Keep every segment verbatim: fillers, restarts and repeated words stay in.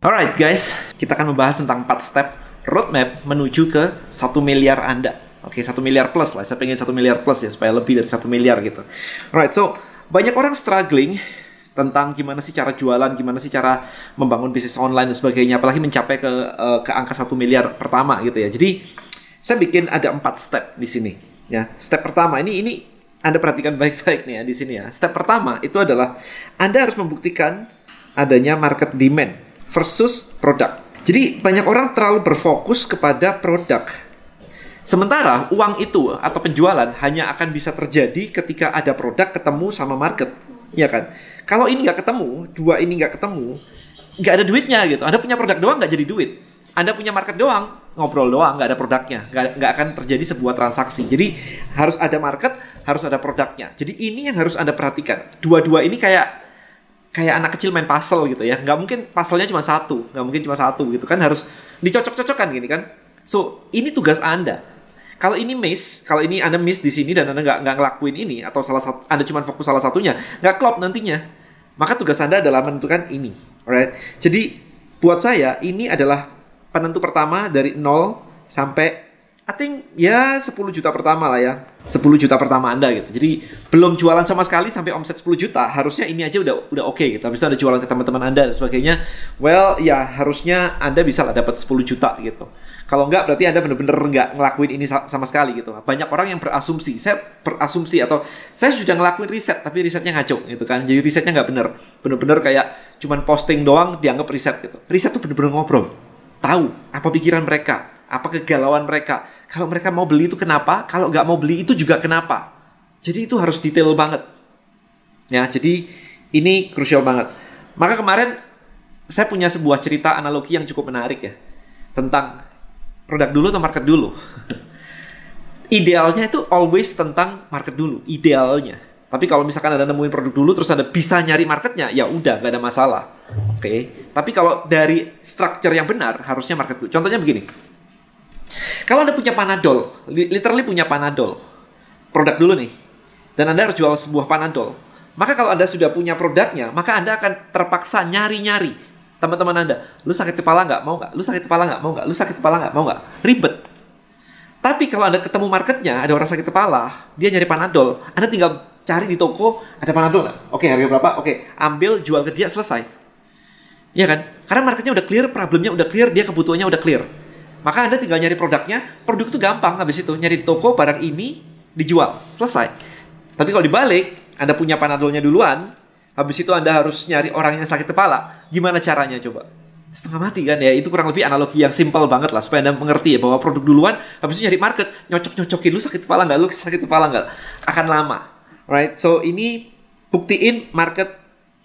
Alright guys, kita akan membahas tentang empat step roadmap menuju ke satu miliar Anda. Oke, satu miliar plus lah. Saya pengen satu miliar plus ya, supaya lebih dari satu miliar gitu. Alright, so banyak orang struggling tentang gimana sih cara jualan, gimana sih cara membangun bisnis online dan sebagainya, apalagi mencapai ke uh, ke angka satu miliar pertama gitu ya. Jadi saya bikin ada empat step di sini ya. Step pertama ini ini Anda perhatikan baik-baik nih ya di sini ya. Step pertama itu adalah Anda harus membuktikan adanya market demand versus produk. Jadi banyak orang terlalu berfokus kepada produk. Sementara uang itu atau penjualan hanya akan bisa terjadi ketika ada produk ketemu sama market. Ya kan? Kalau ini nggak ketemu, dua ini nggak ketemu, nggak ada duitnya gitu. Anda punya produk doang nggak jadi duit. Anda punya market doang, ngobrol doang, nggak ada produknya. Nggak, nggak akan terjadi sebuah transaksi. Jadi harus ada market, harus ada produknya. Jadi ini yang harus Anda perhatikan. Dua-dua ini kayak kayak anak kecil main puzzle gitu ya. Nggak mungkin puzzle-nya cuma satu. Nggak mungkin cuma satu gitu kan. Harus dicocok-cocokkan gini kan. So, ini tugas Anda. Kalau ini miss, kalau ini Anda miss di sini dan Anda nggak, nggak ngelakuin ini, atau salah satu, Anda cuma fokus salah satunya, nggak klop nantinya. Maka tugas Anda adalah menentukan ini. Alright? Jadi, buat saya, ini adalah penentu pertama dari nol sampai I think ya sepuluh juta pertama lah ya. sepuluh juta pertama Anda gitu. Jadi belum jualan sama sekali sampai omset sepuluh juta, harusnya ini aja udah udah oke okay, gitu. Habis itu Anda jualan ke teman-teman Anda dan sebagainya. Well, ya harusnya Anda bisa lah dapat sepuluh juta gitu. Kalau enggak berarti Anda benar-benar enggak ngelakuin ini sama sekali gitu. Banyak orang yang berasumsi, saya berasumsi atau saya sudah ngelakuin riset tapi risetnya ngaco gitu kan. Jadi risetnya nggak benar. Benar-benar kayak cuman posting doang dianggap riset gitu. Riset tuh benar-benar ngobrol. Tahu apa pikiran mereka, apa kegalauan mereka. Kalau mereka mau beli itu kenapa? Kalau nggak mau beli itu juga kenapa? Jadi itu harus detail banget. Ya, jadi ini krusial banget. Maka kemarin saya punya sebuah cerita analogi yang cukup menarik ya. Tentang produk dulu atau market dulu. Idealnya itu always tentang market dulu. Idealnya. Tapi kalau misalkan Anda nemuin produk dulu terus Anda bisa nyari marketnya, ya udah, nggak ada masalah. Oke. Okay? Tapi kalau dari structure yang benar, harusnya market dulu. Contohnya begini. Kalau Anda punya Panadol, literally punya Panadol, produk dulu nih, dan Anda harus jual sebuah Panadol, maka kalau Anda sudah punya produknya, maka Anda akan terpaksa nyari-nyari teman-teman Anda. Lu sakit kepala nggak? Mau nggak? Lu sakit kepala nggak? Mau nggak? Lu sakit kepala nggak? Mau nggak? Ribet. Tapi kalau Anda ketemu marketnya, ada orang sakit kepala, dia nyari Panadol, Anda tinggal cari di toko, ada Panadol nggak? Oke, harga berapa? Oke, ambil, jual ke dia, selesai. Iya kan? Karena marketnya udah clear, problemnya udah clear, dia kebutuhannya udah clear. Maka Anda tinggal nyari produknya, produk itu gampang habis itu. Nyari di toko, barang ini dijual, selesai. Tapi kalau dibalik, Anda punya Panadolnya duluan, habis itu Anda harus nyari orang yang sakit kepala. Gimana caranya coba? Setengah mati kan ya, itu kurang lebih analogi yang simple banget lah. Supaya Anda mengerti ya, bahwa produk duluan, habis itu nyari market, nyocok-nyocokin, lu sakit kepala nggak, lu sakit kepala nggak. Akan lama, right? So ini buktiin market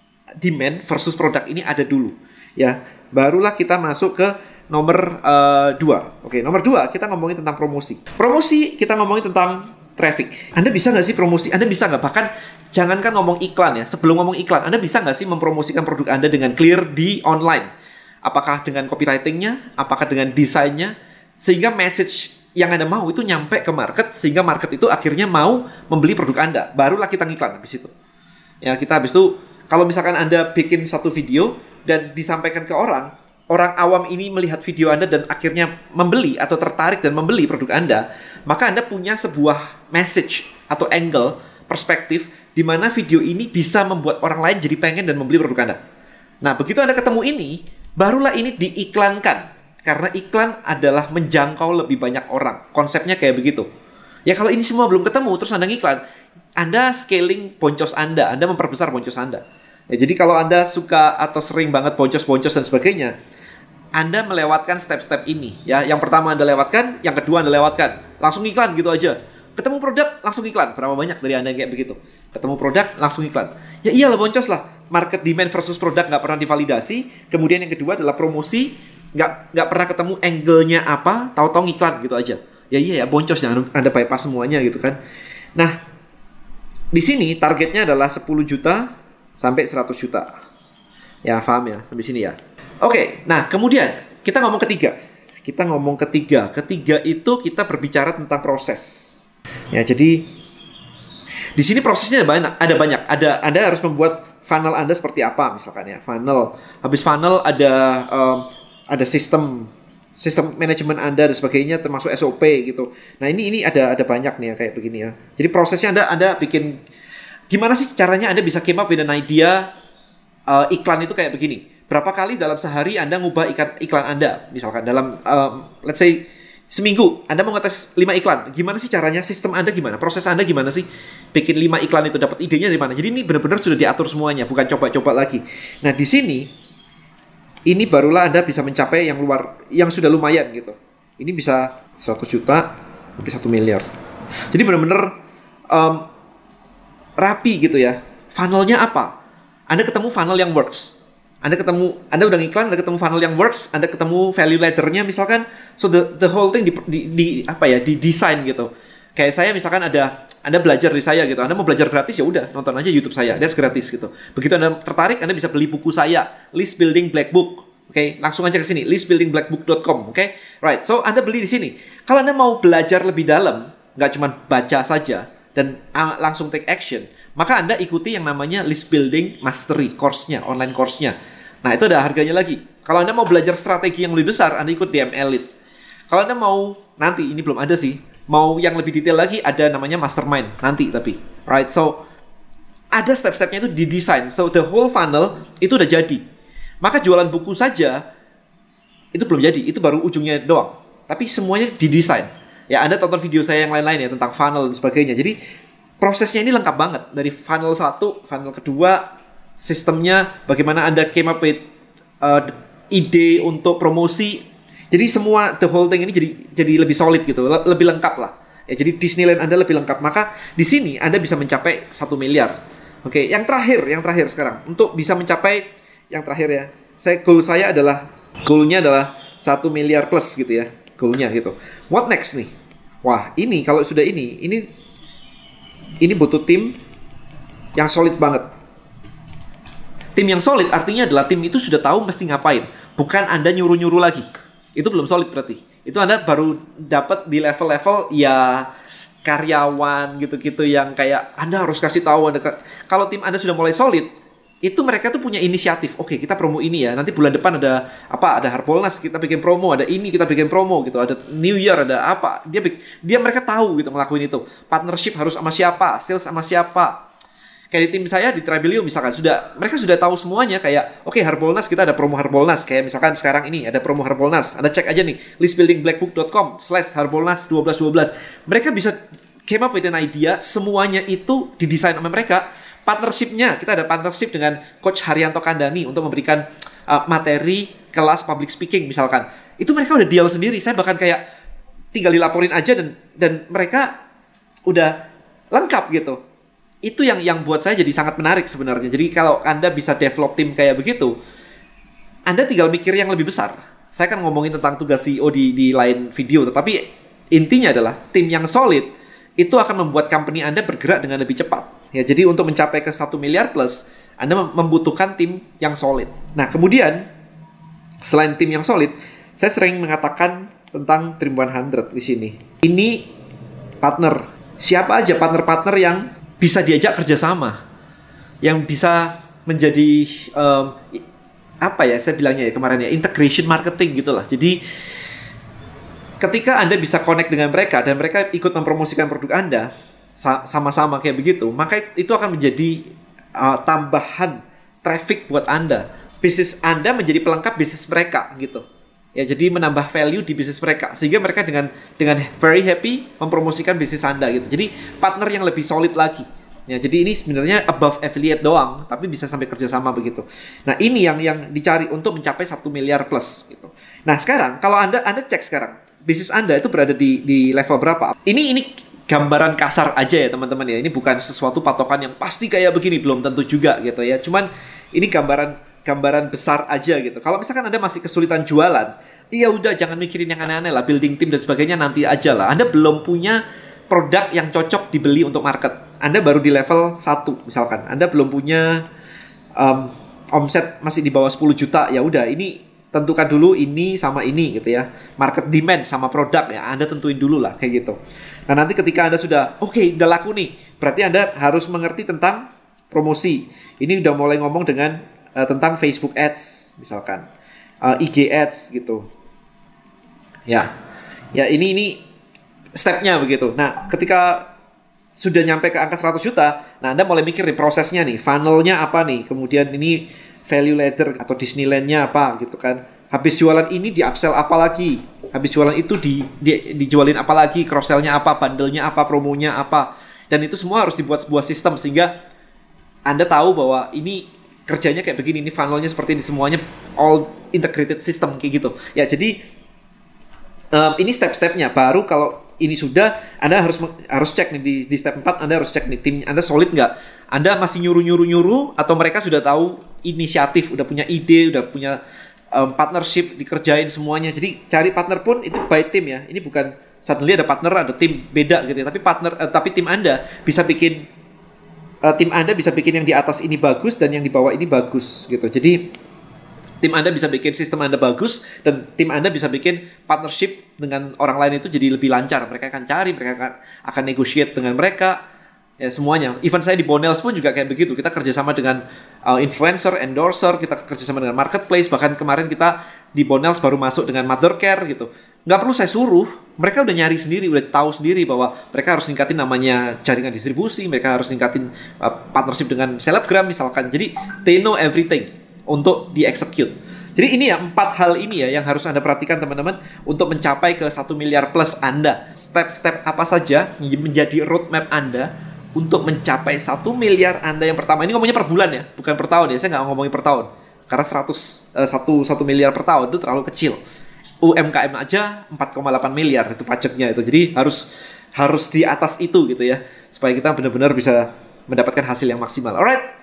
demand versus produk ini ada dulu. Ya, barulah kita masuk ke nomor uh, dua. Oke, nomor dua kita ngomongin tentang promosi. Promosi kita ngomongin tentang traffic. Anda bisa nggak sih promosi? Anda bisa nggak? Bahkan jangankan ngomong iklan ya. Sebelum ngomong iklan, Anda bisa nggak sih mempromosikan produk Anda dengan clear di online? Apakah dengan copywritingnya? Apakah dengan desainnya? Sehingga message yang Anda mau itu nyampe ke market, sehingga market itu akhirnya mau membeli produk Anda. Barulah kita ngiklan habis itu. Ya, kita habis itu, kalau misalkan Anda bikin satu video dan disampaikan ke orang, orang awam ini melihat video Anda dan akhirnya membeli atau tertarik dan membeli produk Anda, maka Anda punya sebuah message atau angle, perspektif, di mana video ini bisa membuat orang lain jadi pengen dan membeli produk Anda. Nah, begitu Anda ketemu ini, barulah ini diiklankan. Karena iklan adalah menjangkau lebih banyak orang. Konsepnya kayak begitu. Ya kalau ini semua belum ketemu, terus Anda ngiklan, Anda scaling boncos Anda, Anda memperbesar boncos Anda. Ya, jadi kalau Anda suka atau sering banget boncos-boncos dan sebagainya, Anda melewatkan step-step ini ya. Yang pertama Anda lewatkan, yang kedua Anda lewatkan. Langsung iklan gitu aja. Ketemu produk, langsung iklan. Berapa banyak dari Anda kayak begitu? Ketemu produk, langsung iklan. Ya iyalah boncos lah. Market demand versus produk nggak pernah divalidasi. Kemudian yang kedua adalah promosi. Nggak, nggak pernah ketemu angle-nya apa, tahu-tahu iklan gitu aja. Ya iya ya, boncos jangan Anda bypass semuanya gitu kan. Nah, di sini targetnya adalah sepuluh juta sampai seratus juta. Ya, paham ya? Sampai sini ya. Oke, nah kemudian kita ngomong ketiga. Kita ngomong ketiga. Ketiga itu kita berbicara tentang proses. Ya, jadi di sini prosesnya ada banyak, ada banyak. Ada Anda harus membuat funnel Anda seperti apa misalkan ya, funnel. Habis funnel ada um, ada sistem sistem manajemen Anda dan sebagainya, termasuk S O P gitu. Nah, ini ini ada ada banyak nih ya kayak begini ya. Jadi prosesnya Anda Anda bikin gimana sih caranya Anda bisa came up with an idea uh, iklan itu kayak begini. Berapa kali dalam sehari Anda ngubah iklan iklan Anda? Misalkan dalam um, let's say seminggu Anda mau ngetes lima iklan. Gimana sih caranya? Sistem Anda gimana? Proses Anda gimana sih? Bikin lima iklan itu dapat idenya dari mana? Jadi ini benar-benar sudah diatur semuanya, bukan coba-coba lagi. Nah, di sini ini barulah Anda bisa mencapai yang luar yang sudah lumayan gitu. Ini bisa seratus juta sampai satu miliar. Jadi benar-benar um, rapi gitu ya. Funnelnya apa? Anda ketemu funnel yang works. Anda ketemu, Anda udah ngiklan, Anda ketemu funnel yang works, Anda ketemu value ladder-nya misalkan, so the the whole thing di, di, di apa ya, di desain gitu. Kayak saya misalkan ada, Anda belajar dari saya gitu, Anda mau belajar gratis ya udah nonton aja YouTube saya, that's gratis gitu. Begitu Anda tertarik, Anda bisa beli buku saya, List Building Black Book. Oke, okay? Langsung aja ke sini, list building black book dot com, oke? Okay? Right, so Anda beli di sini. Kalau Anda mau belajar lebih dalam, nggak cuma baca saja dan uh, langsung take action, maka Anda ikuti yang namanya List Building Mastery course-nya, online course-nya. Nah, itu ada harganya lagi. Kalau Anda mau belajar strategi yang lebih besar, Anda ikut D M Elite. Kalau Anda mau, nanti, ini belum ada sih, mau yang lebih detail lagi, ada namanya Mastermind, nanti tapi. Right, so, ada step-stepnya itu didesain. So, the whole funnel itu udah jadi. Maka jualan buku saja, itu belum jadi. Itu baru ujungnya doang. Tapi semuanya didesain. Ya, Anda tonton video saya yang lain-lain ya, tentang funnel dan sebagainya. Jadi, prosesnya ini lengkap banget. Dari funnel satu, funnel kedua, sistemnya, bagaimana Anda came up with uh, ide untuk promosi. Jadi semua, the whole thing ini jadi jadi lebih solid gitu, le- lebih lengkap lah. Ya, jadi Disneyland Anda lebih lengkap. Maka di sini Anda bisa mencapai satu miliar. Oke, yang terakhir, yang terakhir sekarang. Untuk bisa mencapai, yang terakhir ya, saya goal saya adalah, goalnya adalah satu miliar plus gitu ya. Goalnya gitu. What next nih? Wah, ini kalau sudah ini, ini ini butuh tim yang solid banget. Tim yang solid artinya adalah tim itu sudah tahu mesti ngapain. Bukan Anda nyuruh-nyuruh lagi. Itu belum solid berarti. Itu Anda baru dapat di level-level ya karyawan gitu-gitu yang kayak Anda harus kasih tahu. Anda, kalau tim Anda sudah mulai solid, itu mereka tuh punya inisiatif. Oke, kita promo ini ya. Nanti bulan depan ada apa? Ada Harbolnas, kita bikin promo. Ada ini, kita bikin promo gitu. Ada New Year, ada apa? Dia dia mereka tahu gitu ngelakuin itu. Partnership harus sama siapa? Sales sama siapa? Kayak di tim saya di Trabilio misalkan sudah mereka sudah tahu semuanya kayak oke okay, Harbolnas kita ada promo Harbolnas kayak misalkan sekarang ini ada promo Harbolnas. Anda cek aja nih list building black book dot com slash Harbolnas dua belas dua belas. Mereka bisa came up with an idea, semuanya itu didesain sama mereka. Partnership-nya, kita ada partnership dengan Coach Haryanto Kandani untuk memberikan uh, materi kelas public speaking misalkan. Itu mereka udah deal sendiri. Saya bahkan kayak tinggal dilaporin aja dan dan mereka udah lengkap gitu. Itu yang yang buat saya jadi sangat menarik sebenarnya. Jadi kalau Anda bisa develop tim kayak begitu, Anda tinggal mikir yang lebih besar. Saya kan ngomongin tentang tugas C E O di di lain video, tetapi intinya adalah tim yang solid itu akan membuat company Anda bergerak dengan lebih cepat. Ya, jadi untuk mencapai ke satu miliar plus, Anda membutuhkan tim yang solid. Nah, kemudian selain tim yang solid, saya sering mengatakan tentang Dream seratus di sini. Ini partner. Siapa aja partner-partner yang bisa diajak kerjasama, yang bisa menjadi um, apa ya saya bilangnya ya kemarin ya integration marketing gitulah. Jadi ketika Anda bisa connect dengan mereka dan mereka ikut mempromosikan produk Anda sama-sama kayak begitu, maka itu akan menjadi uh, tambahan traffic buat Anda. Bisnis Anda menjadi pelengkap bisnis mereka gitu. Ya, jadi menambah value di bisnis mereka sehingga mereka dengan dengan very happy mempromosikan bisnis Anda gitu. Jadi partner yang lebih solid lagi. Ya, jadi ini sebenarnya above affiliate doang, tapi bisa sampai kerjasama begitu. Nah, ini yang yang dicari untuk mencapai satu miliar plus gitu. Nah, sekarang kalau Anda Anda cek sekarang bisnis Anda itu berada di di level berapa? Ini ini gambaran kasar aja ya teman-teman ya. Ini bukan sesuatu patokan yang pasti kayak begini, belum tentu juga gitu ya. Cuman ini gambaran gambaran besar aja gitu. Kalau misalkan Anda masih kesulitan jualan, iya udah jangan mikirin yang aneh-aneh lah, building tim dan sebagainya nanti aja lah. Anda belum punya produk yang cocok dibeli untuk market. Anda baru di level satu misalkan. Anda belum punya um, omset masih di bawah sepuluh juta, ya udah ini tentukan dulu ini sama ini gitu ya. Market demand sama produk ya Anda tentuin dulu lah kayak gitu. Nah, nanti ketika Anda sudah oke, okay, udah laku nih, berarti Anda harus mengerti tentang promosi. Ini udah mulai ngomong dengan uh, tentang Facebook Ads misalkan, uh, I G Ads gitu. Ya, ya ini ini stepnya begitu. Nah, ketika sudah nyampe ke angka seratus juta, nah Anda mulai mikir nih prosesnya nih, funnelnya apa nih, kemudian ini value ladder atau Disneyland-nya apa gitu kan. Habis jualan ini di upsell apa lagi, habis jualan itu di, di dijualin apa lagi, cross sell-nya apa, bundle-nya apa, promonya apa. Dan itu semua harus dibuat sebuah sistem sehingga Anda tahu bahwa ini kerjanya kayak begini, ini funnelnya seperti ini, semuanya all integrated system kayak gitu. Ya jadi um, ini step-stepnya. Baru kalau ini sudah, Anda harus harus cek nih di, di step empat, Anda harus cek nih tim Anda solid nggak? Anda masih nyuruh-nyuruh-nyuruh atau mereka sudah tahu inisiatif, udah punya ide, udah punya um, partnership, dikerjain semuanya. Jadi cari partner pun itu by tim ya. Ini bukan suddenly ada partner, ada tim beda gitu ya. Tapi partner, eh, tapi tim Anda bisa bikin uh, tim Anda bisa bikin yang di atas ini bagus dan yang di bawah ini bagus gitu. Jadi tim Anda bisa bikin sistem Anda bagus dan tim Anda bisa bikin partnership dengan orang lain itu jadi lebih lancar. Mereka akan cari, mereka akan, akan negotiate dengan mereka, ya semuanya. Even saya di Bonels pun juga kayak begitu. Kita kerjasama dengan uh, influencer, endorser, kita kerjasama dengan marketplace. Bahkan kemarin kita di Bonels baru masuk dengan Mother Care gitu. Nggak perlu saya suruh, mereka udah nyari sendiri, udah tahu sendiri bahwa mereka harus ningkatin namanya jaringan distribusi, mereka harus ningkatin uh, partnership dengan selebgram misalkan. Jadi they know everything untuk di-execute. Jadi ini ya, empat hal ini ya yang harus Anda perhatikan teman-teman untuk mencapai ke satu miliar plus Anda. Step-step apa saja yang menjadi roadmap Anda untuk mencapai satu miliar Anda yang pertama. Ini ngomongnya per bulan ya, bukan per tahun ya. Saya nggak ngomongin per tahun. Karena seratus, uh, satu, satu miliar per tahun itu terlalu kecil. U M K M aja empat koma delapan miliar itu pajaknya itu. Jadi harus harus di atas itu gitu ya. Supaya kita benar-benar bisa mendapatkan hasil yang maksimal. Alright.